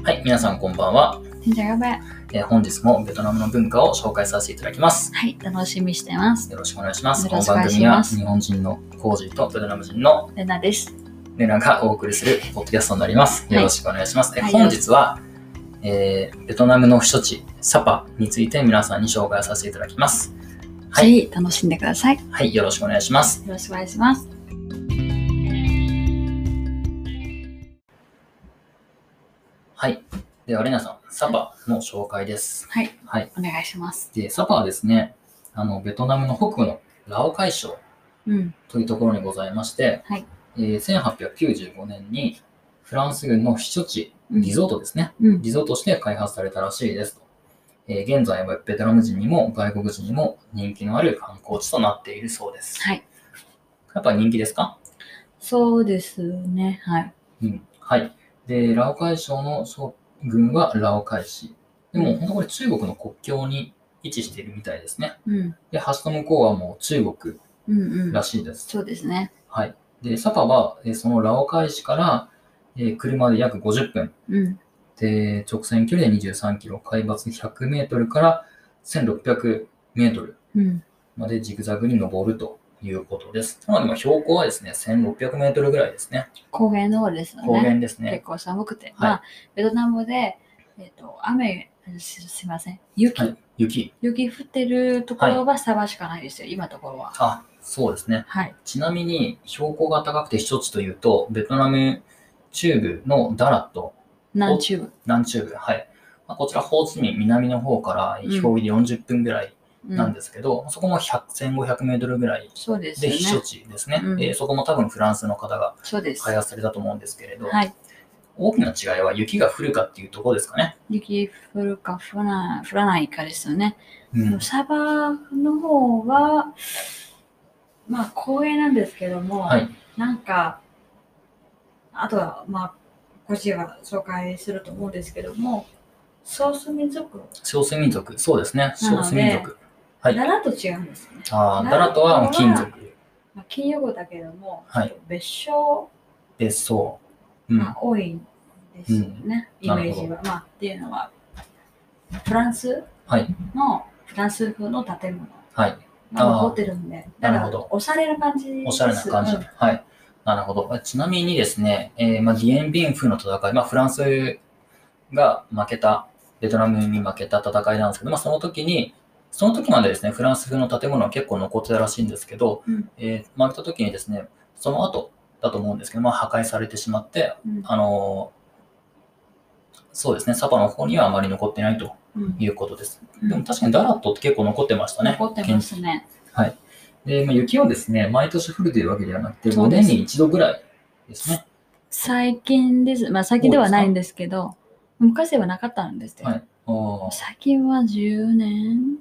はい、皆さんこんばんは。 じゃあやばい。 本日もベトナムの文化を紹介させていただきます。 はい、楽しみにしてます。 よろしくお願いします。 よろしくこのお願いします番組は日本人のコージーとベトナム人のレナです。 レナがお送りするポッドキャストになります。よろしくお願いします。 はい本日は、ベトナムの避暑地サパについて皆さんに紹介させていただきます。 はい、楽しんでください。よはい、よろしくお願いします。 ろしくお願いします。 はい、ではレナさん、サパの紹介です。 はい、 はい、 お願いします。 でサパはですね、ベトナムの北部のラオ海省というところにございまして、 はい 1895年にフランス軍の避暑地、リゾートですね、リゾートとして開発されたらしいですと。現在はベトナム人にも外国人にも人気のある観光地となっているそうです。 はい。 やっぱり人気ですか？ そうですね。はい。 はい。で、ラオ海省の省軍はラオ海市。でも、本当これ中国の国境に位置しているみたいですね。で、橋の向こうはもう中国らしいです。 そうですね。 はい。で、サパはそのラオ海市から車で約50分。で、直線距離で23キロ、海抜100メートルから1600メートルまでジグザグに登るということです。なので、標高はですね、1600メートルぐらいですね。 高原の方ですよね。 高原ですね。 結構寒くて。まあ、ベトナムで、雨、すいません。雪降ってるところはサバしかないですよ、今のところは。 あ、そうですね。 はい。 ちなみに、標高が高くて避暑地というと、ベトナム中部のダラット。 南中部。 はい。こちら、ホーチミン南の方から飛行機で40分ぐらいなんですけど、そこも1500メートルぐらいで避暑地ですね。そこも多分フランスの方が開発されたと思うんですけれど、大きな違いは雪が降るかっていうところですかね。 雪降るか降らないかですよね。サバの方は、まあ公園なんですけども、なんか、あとは、まあ、こちら紹介すると思うんですけども、少数民族。 そうですね。少数民族。 ダラと違うんですよね。 ダラとは金属。 金属だけども、別荘が多いんですよね、イメージは。っていうのは、フランス風の建物が残ってるんで、だからおしゃれな感じです。 おしゃれな感じ。はい。なるほど。ちなみにですね、ディエンビンフの戦い、フランスがベトナムに負けた戦いなんですけど、その時までですね、フランス風の建物は結構残ってたらしいんですけど、負けた時にですね、その後だと思うんですけど、破壊されてしまって、そうですね、サパの方にはあまり残ってないということです。でも確かにダラットって結構残ってましたね。 残ってますね。 はい。で、雪はですね、毎年降るというわけではなくて、5年に1度ぐらいですね。 最近です。最近ではないんですけど、昔はなかったんですけど、最近は10年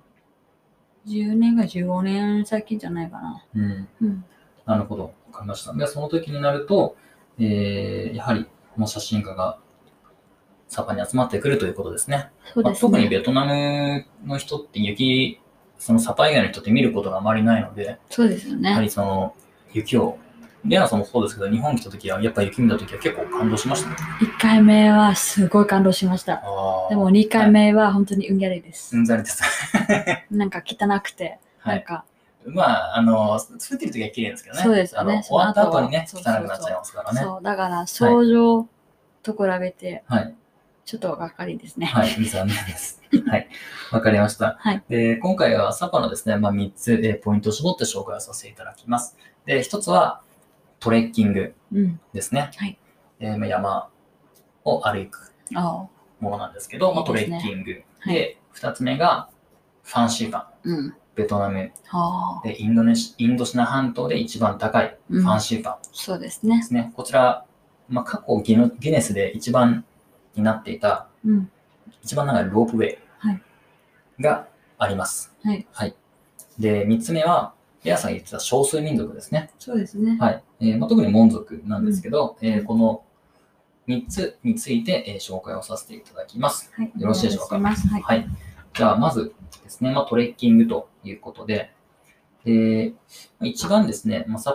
か15年最近じゃないかな。 なるほど。わかりました。で、その時になると、やはりこの写真家がサパに集まってくるということですね。特にベトナムの人ってそのサパ以外の人って見ることがあまりないので、 そうですよね。 やはりその雪を、レナさんもそうですけど、日本に来た時は、やっぱり雪見た時は結構感動しましたね。 1回目はすごい感動しました。でも2回目は本当にうんざりです。 うんざりです。 なんか汚くて、なんか。 作ってる時は綺麗ですけどね。 そうですよね。 終わった後にね、汚くなっちゃいますからね。 そう、だから想像と比べて、ちょっとがっかりですね。 はい、残念です。はい、わかりました。で、今回はサパのですね、3つポイントを絞って紹介させていただきます。で、1つはトレッキングですね。山を歩くものなんですけど、トレッキング。で、2つ目がファンシーパン。ベトナムでインドシナ半島で一番高いファンシーパン。 そうですね。 こちら、過去ギネスで一番になっていた、一番長いロープウェイがあります。で、3つ目は、レアさんが言ってた少数民族ですね。 そうですね。 特にモン族なんですけど、この3つについて紹介をさせていただきます。よろしいでしょうか。じゃあ、まずですね、トレッキングということで、一番ですね、サパ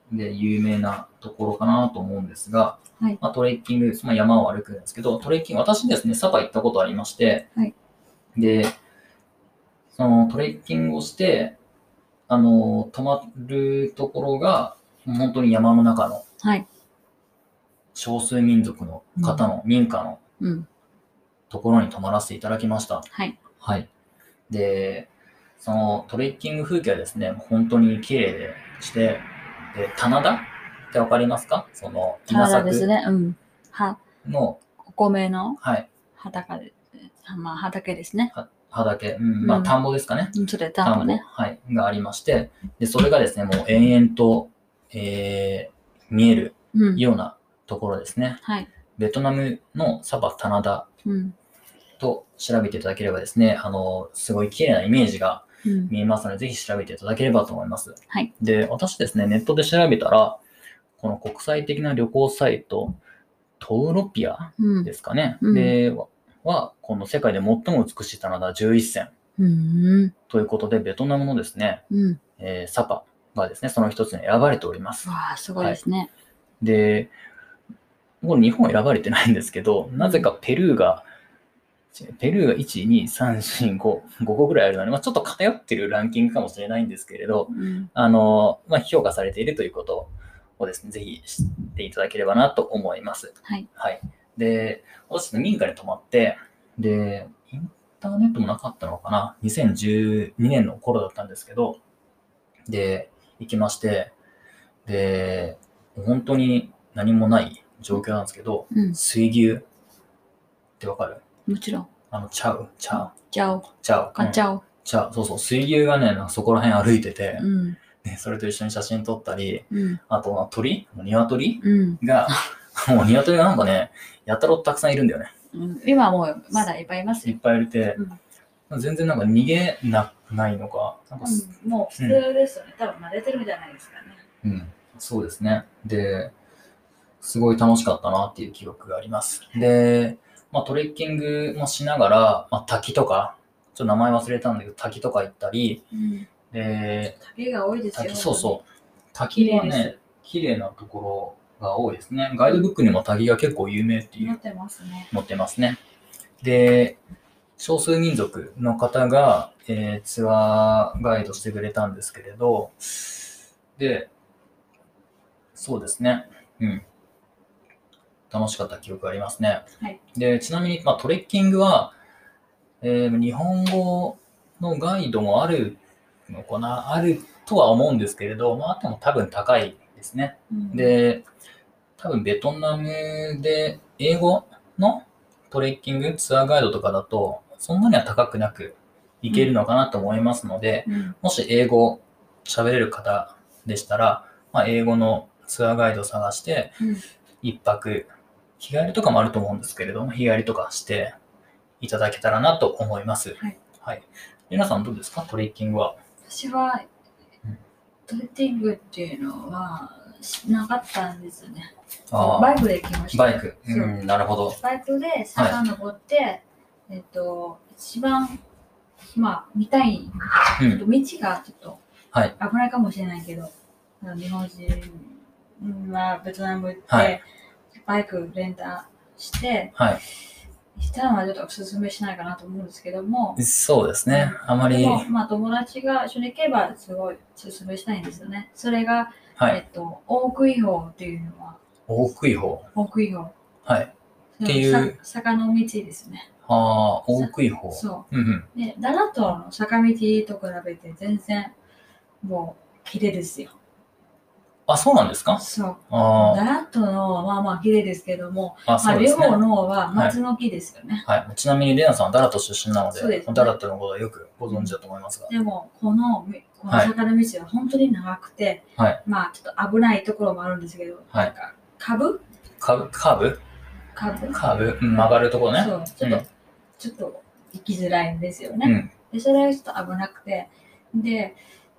で有名なところかなと思うんですが、 はい、 トレッキング、山を歩くんですけど、トレッキング、私ですね、サパ行ったことありまして、 はい、 で、そのトレッキングをして、泊まるところが、本当に山の中の、少数民族の方の民家のところに泊まらせていただきました。 はい。 はい。で、そのトレッキング風景はですね、本当に綺麗でして、で、棚田ってわかりますか？その稲作ですね。 の、 お米のはい畑ですね。 畑、田んぼですかね。 それ田んぼね。 はい、がありまして、で、それがですね、もう延々と、見えるようなところですね。 はい。 ベトナムのサパ棚田と調べていただければですね、すごい綺麗なイメージが見えますので、ぜひ調べていただければと思います。 はい。 で、私ですね、ネットで調べたら、この国際的な旅行サイト、トウロピアですかね。で、この世界で最も美しい棚田11選。ということで、ベトナムのですね、サパがですね、その一つに選ばれております。 わあ、すごいですね。 で、もう日本選ばれてないんですけど、なぜかペルーが1、2、3、4、5個ぐらいあるので、ちょっと偏ってるランキングかもしれないんですけれど、評価されているということをですね、ぜひ知っていただければなと思います。 はい。 はい。で、私、民家に泊まって、で、インターネットもなかったのかな、2012年の頃だったんですけど、で、行きまして、で、本当に何もない状況なんですけど、水牛ってわかる？ もちろん。 チャウ。そうそう、水牛がね、そこら辺歩いてて、でそれと一緒に写真撮ったり、あと鶏が、もう鶏がなんかね、やたらたくさんいるんだよね。 今はもうまだいっぱいいますよ。 いっぱいいて、全然なんか逃げないのか。 もう普通ですよね。多分慣れてるんじゃないですかね。 そうですね。で、すごい楽しかったなっていう記憶があります。で、トレッキングもしながら、滝とか、ちょっと名前忘れたんだけど、滝とか行ったり、で、 滝が多いですよ。 そうそう。滝はね、綺麗なところが多いですね。ガイドブックにも滝が結構有名っていう。 載ってますね。で、少数民族の方が、ツアーガイドしてくれたんですけれど、で、そうですね。楽しかった記憶がありますね。 はい、 で、ちなみに、トレッキングは、日本語のガイドもあるのかな、あるとは思うんですけれど、あっても多分高いですね。で、多分ベトナムで英語のトレッキングツアーガイドとかだと、そんなには高くなくいけるのかなと思いますので、もし英語喋れる方でしたら、英語のツアーガイドを探して、一泊、日帰りとかもあると思うんですけれども、日帰りとかしていただけたらなと思います。はい。皆さんどうですか、トレッキングは？ 私は、トレッキングっていうのはなかったんですよね。バイクで行きました。 バイク。なるほど。 バイクで坂登って、一番、見たい、道がちょっと危ないかもしれないけど、日本人はベトナム行って、バイクレンタして、したのはちょっとおすすめしないかなと思うんですけども。 そうですね。あまり。でも、友達が一緒に行けばすごいおすすめしたいんですよね。それが、大食い法っていうのは。 大食い法。はい。っていう。 坂の道ですね。 大食い法。 そう。で、ダラットの坂道と比べて全然、もう、綺麗ですよ。 そうなんですか？ そう。ダラットの綺麗ですけども、両方の方は松の木ですよね。 ちなみにレナさんはダラット出身なので、ダラットのことはよくご存知だと思いますが。 でも、この坂の道は本当に長くて、ちょっと危ないところもあるんですけど、なんか、カーブ、 曲がるところね。 そう、ちょっと行きづらいんですよね。で、それがちょっと危なくて、で、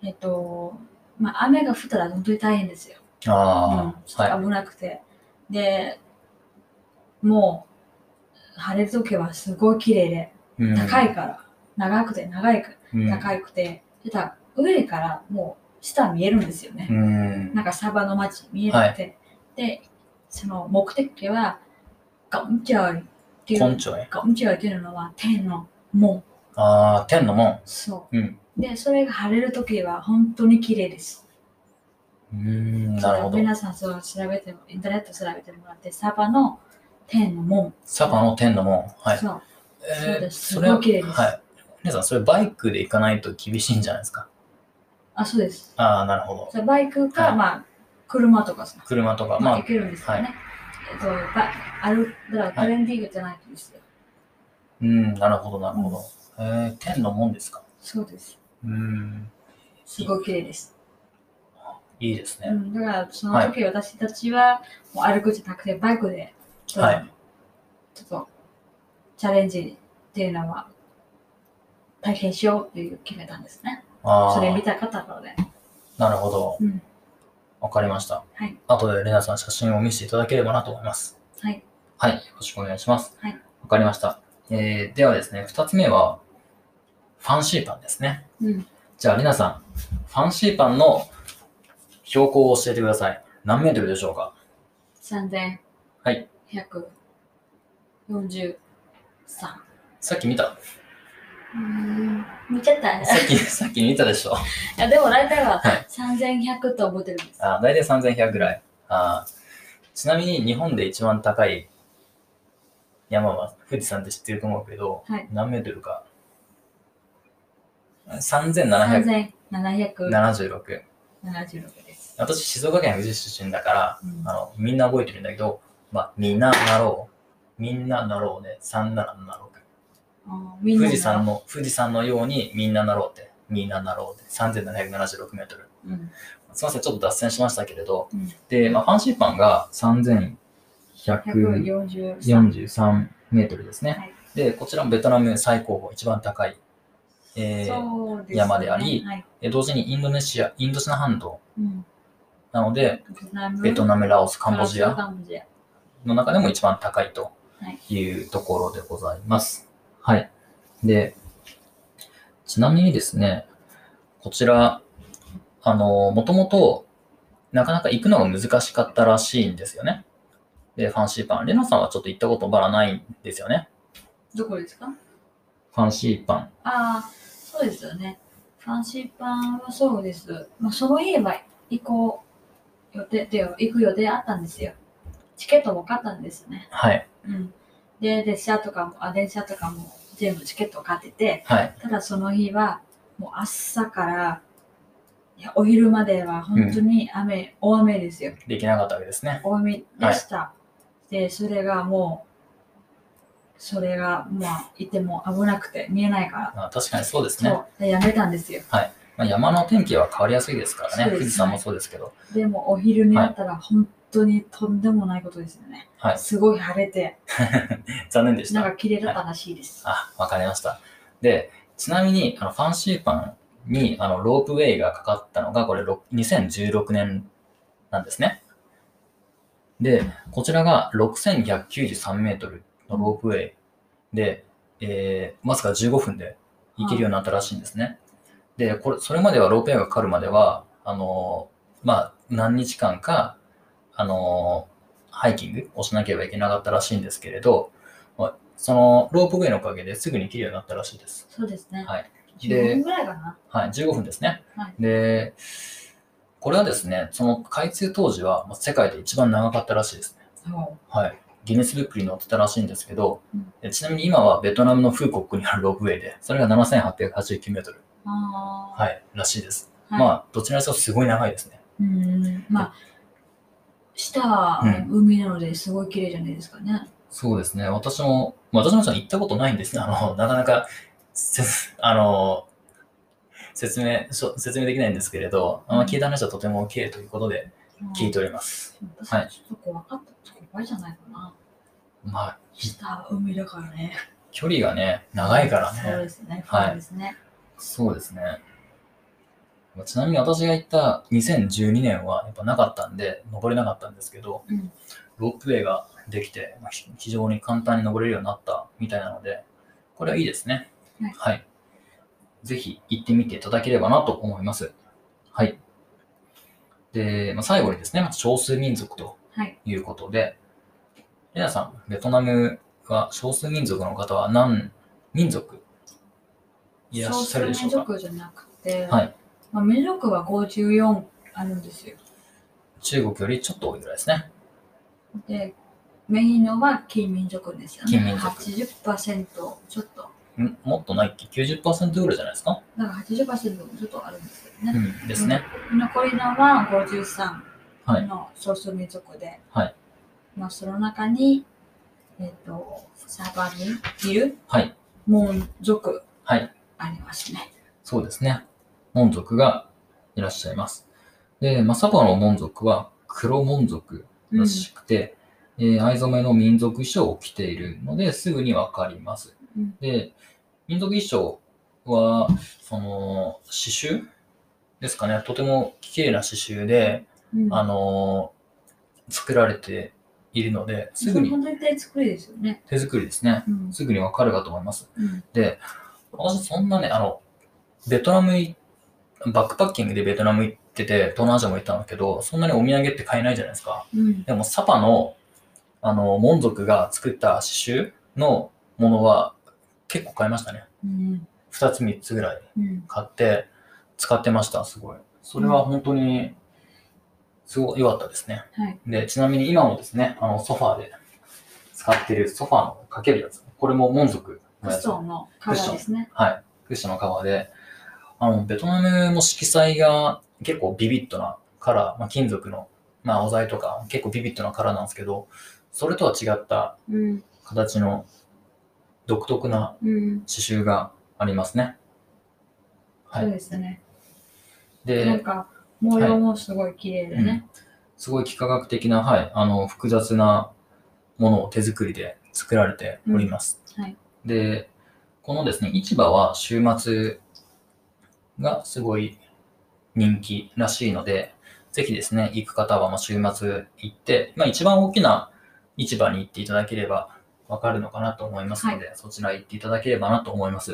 雨が降ったら本当に大変ですよ。ちょっと危なくて。で、もう、晴れるときはすごい綺麗で、高いから、長くて、高くて、上からも下見えるんですよね。なんかサバの町見えるって。で、その目的地は、cổng trờiっていう、cổng trờiっていうのは天の門。 ああ、天の門。 そう。で、それが晴れるときは本当に綺麗です。 なるほど。 皆さんそう調べても、インターネット調べてもらって、サバの天の門。 サバの天の門。はい。 そう。そうです。すごい綺麗です。 はい。皆さん、それバイクで行かないと厳しいんじゃないですか？ あ、そうです。 ああ、なるほど。 バイクか、まあ、車とかさ。 車とか、 まあ、行けるんですよね。だからトレンディーグじゃないとですよ。 なるほど、なるほど。天の門ですか？ そうです。すごい綺麗です。 いいですね。 だからその時私たちはもう歩くじゃなくてバイクでちょっとチャレンジっていうのは体験しようっていう決めたんですね。それ見たかったので。 なるほど。わかりました。 はい。 後でレナさん写真を見せていただければなと思います。 はい。 はい。よろしくお願いします。 はい。 わかりました。ではですね、2つ目はファンシーパンですね。じゃあレナさん、ファンシーパンの標高を教えてください。何メートルでしょうか ？3143。 はい。さっき見た？ 見ちゃったね。 さっき見たでしょ。 いや、でも大体は3100と覚えてるんです。 大体3100ぐらい。ちなみに日本で一番高い山は富士山って知ってると思うけど、何メートルか。3776。です。私、静岡県富士市出身だから、みんな覚えてるんだけど、みんななろうで3776。富士山のようにみんななろうって、みんななろうで3776メートル。すみません、ちょっと脱線しましたけれど、で、ファンシーパンが3143メートルですね。で、こちらもベトナム最高峰、一番高い、山であり、同時にインドシナ半島なので、ベトナム、ラオス、カンボジアの中でも一番高いというところでございます。はい。で、ちなみにですね、こちら、もともとなかなか行くのが難しかったらしいんですよね。で、ファンシーパン。レナさんはちょっと行ったことまだないんですよね。 どこですか？ ファンシーパン。 そうですよね。ファンシーパンはそうです。その家は行く予定あったんですよ。チケットも買ったんですよね。 はい。 で、電車とかも全部チケットを買ってて、ただその日はもう朝からお昼までは本当に大雨ですよ。 できなかったわけですね。 大雨でした。で、それがいても危なくて見えないから。 確かにそうですね。 そう、やめたんですよ。 はい。山の天気は変わりやすいですからね。富士山もそうですけど。 でもお昼になったら本当にとんでもないことですよね。すごい晴れて。 残念でした。 なんか綺麗だったらしいです。 わかりました。で、ちなみにファンシーパンにロープウェイがかかったのがこれ2016年なんですね。で、こちらが6193メートルのロープウェイで、わずか15分で行けるようになったらしいんですね。で、それまではロープウェイがかかるまでは、何日間か、ハイキングをしなければいけなかったらしいんですけれど、そのロープウェイのおかげですぐに行けるようになったらしいです。 そうですね。 はい。 15分ぐらいかな。 はい、15分ですね。で、これはですね、その開通当時は世界で一番長かったらしいですね。はい。ギネスブックに載ってたらしいんですけど、ちなみに今はベトナムのフーコックにあるロープウェイで、それが7889メートル。はい、らしいです。どちらにせよすごい長いですね。 下、海なのですごい綺麗じゃないですかね。 そうですね。私も行ったことないんですね。なかなか、説明できないんですけれど、聞いた話はとても綺麗ということで聞いております。 はい。ちょっと分かったとこばいじゃないかな。下、海だからね。 距離がね、長いからね。 そうですね。はい。 そうですね。ちなみに私が行った2012年はやっぱなかったんで、登れなかったんですけど、ロープウェイができて、非常に簡単に登れるようになったみたいなので、これはいいですね。はい。ぜひ行ってみていただければなと思います。はい。 で、最後にですね、少数民族ということで、レナさん、ベトナムは少数民族の方は何民族いらっしゃるでしょうか？ 少数民族じゃなくて、民族は54あるんですよ。 中国よりちょっと多いぐらいですね。 で、メインのは金民族ですよね。 金民族。 80%ちょっと。 もっとないっけ ?90% ぐらいじゃないですか？ だから 80% ちょっとあるんですけどね。 ですね。 残りのは53の少数民族で、その中に、サバにいるモン族ありますね。 そうですね。モン族がいらっしゃいます。で、サバのモン族は黒モン族らしくて、藍染めの民族衣装を着ているのですぐにわかります。で、民族衣装は、刺繍ですかね。とても綺麗な刺繍で、作られているので、すぐに。 本当に手作りですよね。 手作りですね。すぐにわかるかと思います。で、私そんなね、ベトナムバックパッキングでベトナム行ってて、東南アジアも行ったんだけど、そんなにお土産って買えないじゃないですか。でも、サパの、モン族が作った刺繍のものは結構買いましたね。2つ3つぐらい買って使ってました、すごい。それは本当に、すごい良かったですね。で、ちなみに今もですね、ソファーで使ってるソファーのかけるやつ。これもモン族のやつ。クッションのカバーですね。 クッションのカバーで、ベトナムの色彩が結構ビビッドなカラー、金属の、お材とか結構ビビッドなカラーなんですけど、それとは違った形の独特な刺繍がありますね。 そうですね。で、なんか模様もすごい綺麗でね。 すごい幾何学的な、複雑なものを手作りで作られております。で、このですね、市場は週末がすごい人気らしいので、ぜひですね、行く方は週末行って、一番大きな市場に行っていただければわかるのかなと思いますので、そちら行っていただければなと思います。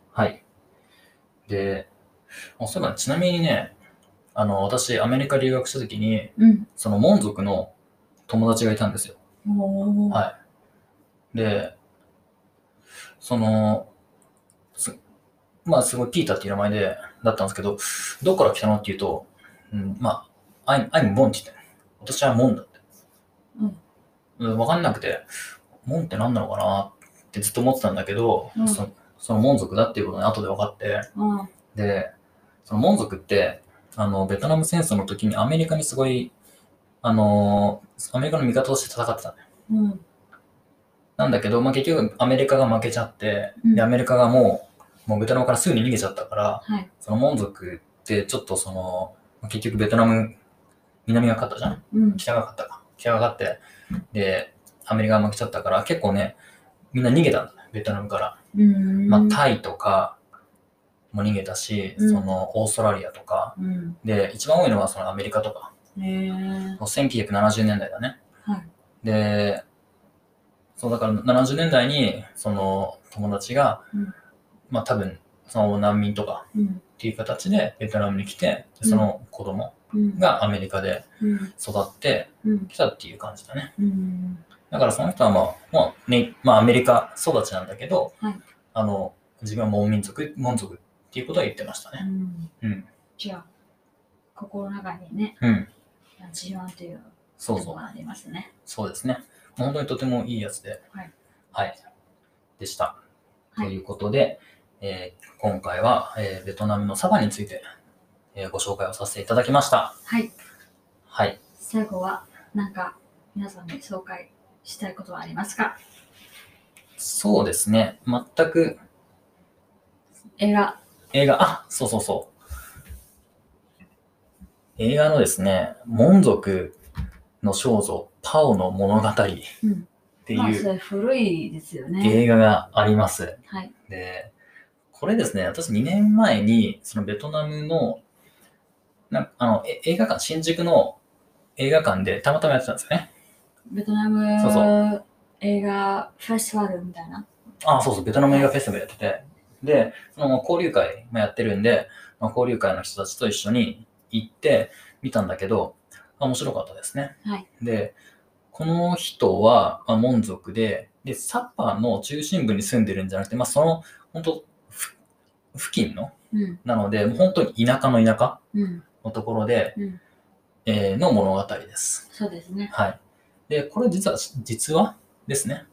で、そういえばちなみにね、私、アメリカ留学した時に、そのモン族の友達がいたんですよ。で、すごいピーターっていう名前だったんですけど、どこから来たのって言うと、I'm Mon って言って、私はモンだって。わかんなくて、モンって何なのかなってずっと思ってたんだけど、そのモン族だっていうことに後で分かって、で、そのモン族って、ベトナム戦争の時にアメリカにすごい、アメリカの味方として戦ってたね。なんだけど、結局アメリカが負けちゃって、で、アメリカがもうベトナムからすぐに逃げちゃったから、そのモン族ってちょっと結局ベトナム、南が勝ったじゃん、北が勝ったか。北が勝って、で、アメリカが負けちゃったから、結構ね、みんな逃げたんだね、ベトナムから。タイとかも逃げたし、オーストラリアとか、で、一番多いのはアメリカとか。1970年代だね。で、そうだから70年代に友達が、多分難民とかっていう形でベトナムに来て、その子供がアメリカで育ってきたっていう感じだね。だからその人はアメリカ育ちなんだけど、自分はモン族っていうことは言ってましたね。 じゃあ心の中にね、自慢というのがありますね。 そうですね。本当にとてもいいやつで、でした。ということで、今回は、ベトナムのサバについて、ご紹介をさせていただきました。 最後は何か皆さんに紹介したいことはありますか？ そうですね。全く映画、 そう。映画のですね、モン族の少女パオの物語っていう、 それ古いですよね。 映画があります。で、これですね、私2年前にそのベトナムの映画館、新宿の映画館でたまたまやってたんですよね。 ベトナム映画フェスティバルみたいな。 ベトナム映画フェスティバルやってて、で、交流会もやってるんで、交流会の人たちと一緒に行って、 見たんだけど、面白かったですね。 はい。 で、この人は、モン族で、サッパの中心部に住んでるんじゃなくて、その、本当付近の、なので、もう本当に田舎の田舎のところで、の物語です。 そうですね。 はい。で、これ実はですね。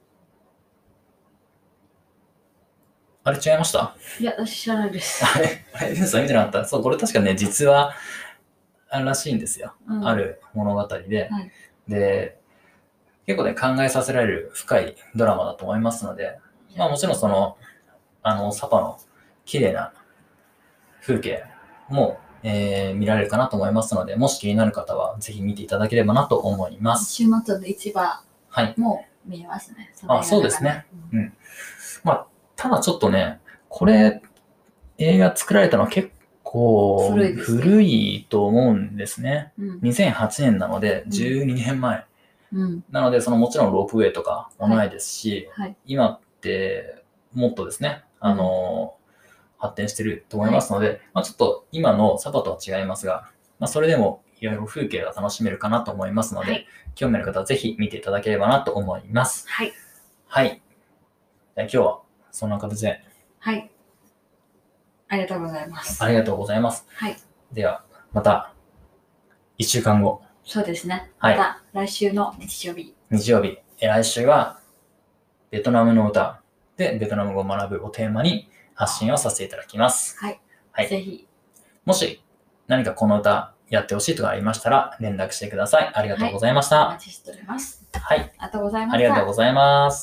あれ違いました？ いや、私知らないです。 あれレンさん見てなかった？そう、これ確かね、実はらしいんですよ。ある物語で。で、結構ね、考えさせられる深いドラマだと思いますので、もちろんその、サパの綺麗な風景も、見られるかなと思いますので、もし気になる方はぜひ見ていただければなと思います。 週末の市場も見えますね。 そうですね。ただちょっとね、これ、映画作られたのは結構古いと思うんですね。2008年なので、12年前。なので、もちろんロープウェイとかもないですし、今ってもっとですね、発展してると思いますので、ちょっと今のサパとは違いますが、それでもいろいろ風景が楽しめるかなと思いますので、興味ある方はぜひ見ていただければなと思います。 はい。 はい。今日はそんな形で。 はい。ありがとうございます。 ありがとうございます。 はい。 では、また1週間後。 そうですね。また来週の日曜日。 来週はベトナムの歌でベトナム語を学ぶをテーマに発信をさせていただきます。 はい。ぜひ。 もし何かこの歌やってほしいとかありましたら連絡してください。ありがとうございました。 お待ちしております。 はい。 ありがとうございました。 ありがとうございます。